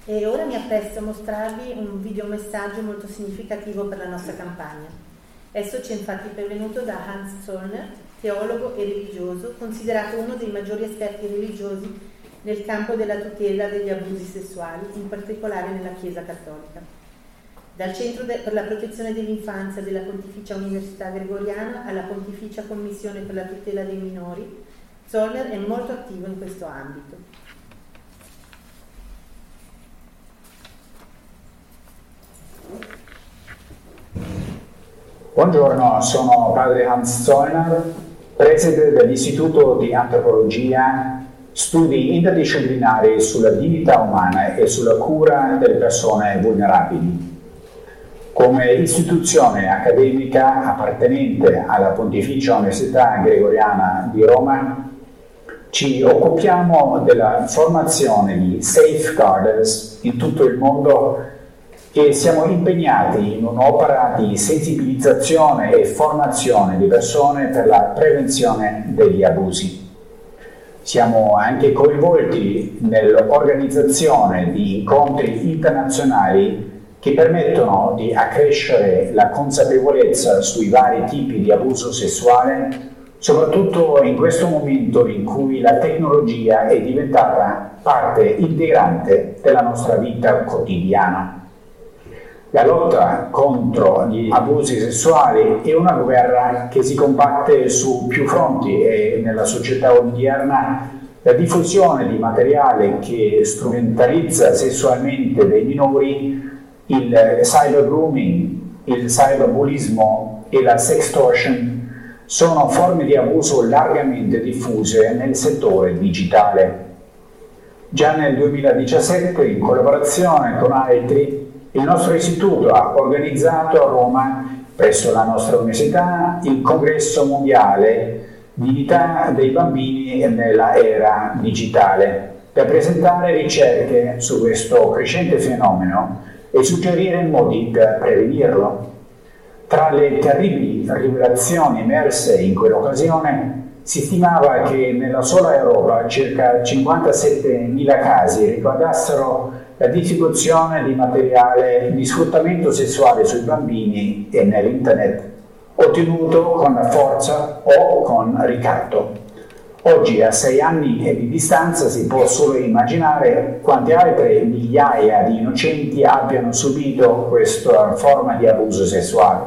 E ora mi appresto a mostrarvi un videomessaggio molto significativo per la nostra campagna. Esso ci è infatti pervenuto da Hans Zollner, teologo e religioso, considerato uno dei maggiori esperti religiosi nel campo della tutela degli abusi sessuali, in particolare nella Chiesa Cattolica. Dal Centro per la Protezione dell'Infanzia della Pontificia Università Gregoriana alla Pontificia Commissione per la Tutela dei Minori, Zollner è molto attivo in questo ambito. Buongiorno, sono padre Hans Zollner, preside dell'Istituto di Antropologia, studi interdisciplinari sulla dignità umana e sulla cura delle persone vulnerabili. Come istituzione accademica appartenente alla Pontificia Università Gregoriana di Roma, ci occupiamo della formazione di safeguarders in tutto il mondo e siamo impegnati in un'opera di sensibilizzazione e formazione di persone per la prevenzione degli abusi. Siamo anche coinvolti nell'organizzazione di incontri internazionali che permettono di accrescere la consapevolezza sui vari tipi di abuso sessuale, soprattutto in questo momento in cui la tecnologia è diventata parte integrante della nostra vita quotidiana. La lotta contro gli abusi sessuali è una guerra che si combatte su più fronti e nella società odierna la diffusione di materiale che strumentalizza sessualmente dei minori, il cybergrooming, il cyberbullismo e la sextortion sono forme di abuso largamente diffuse nel settore digitale. Già nel 2017, in collaborazione con altri, il nostro istituto ha organizzato a Roma, presso la nostra università, il Congresso Mondiale Dignità dei Bambini nella Era Digitale, per presentare ricerche su questo crescente fenomeno e suggerire modi per prevenirlo. Tra le terribili rivelazioni emerse in quell'occasione, si stimava che nella sola Europa circa 57.000 casi riguardassero la distribuzione di materiale di sfruttamento sessuale sui bambini e nell'internet, ottenuto con la forza o con ricatto. Oggi, a 6 anni di distanza, si può solo immaginare quante altre migliaia di innocenti abbiano subito questa forma di abuso sessuale.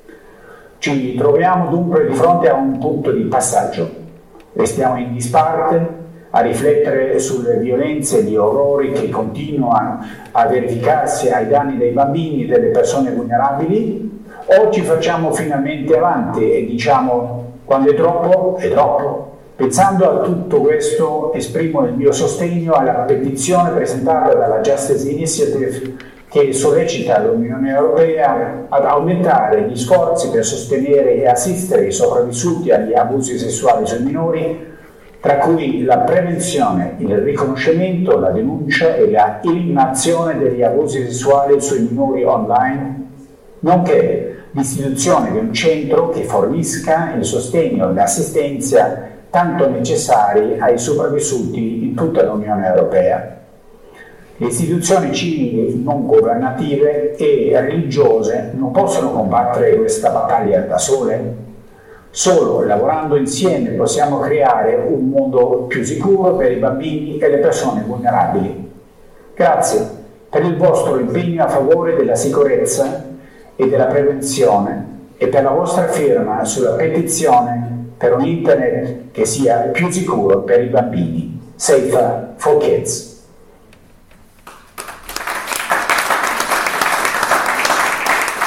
Ci troviamo dunque di fronte a un punto di passaggio. Restiamo in disparte a riflettere sulle violenze e gli orrori che continuano a verificarsi ai danni dei bambini e delle persone vulnerabili, o ci facciamo finalmente avanti e diciamo: quando è troppo, è troppo. Pensando a tutto questo, esprimo il mio sostegno alla petizione presentata dalla Justice Initiative, che sollecita l'Unione Europea ad aumentare gli sforzi per sostenere e assistere i sopravvissuti agli abusi sessuali sui minori, tra cui la prevenzione, il riconoscimento, la denuncia e la eliminazione degli abusi sessuali sui minori online, nonché l'istituzione di un centro che fornisca il sostegno e l'assistenza tanto necessari ai sopravvissuti in tutta l'Unione Europea. Le istituzioni civili, non governative e religiose non possono combattere questa battaglia da sole. Solo lavorando insieme possiamo creare un mondo più sicuro per i bambini e le persone vulnerabili. Grazie per il vostro impegno a favore della sicurezza e della prevenzione e per la vostra firma sulla petizione per un internet che sia più sicuro per i bambini. Safer for Kids.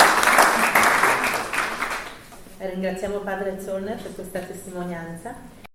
Ringraziamo padre Zollner per questa testimonianza.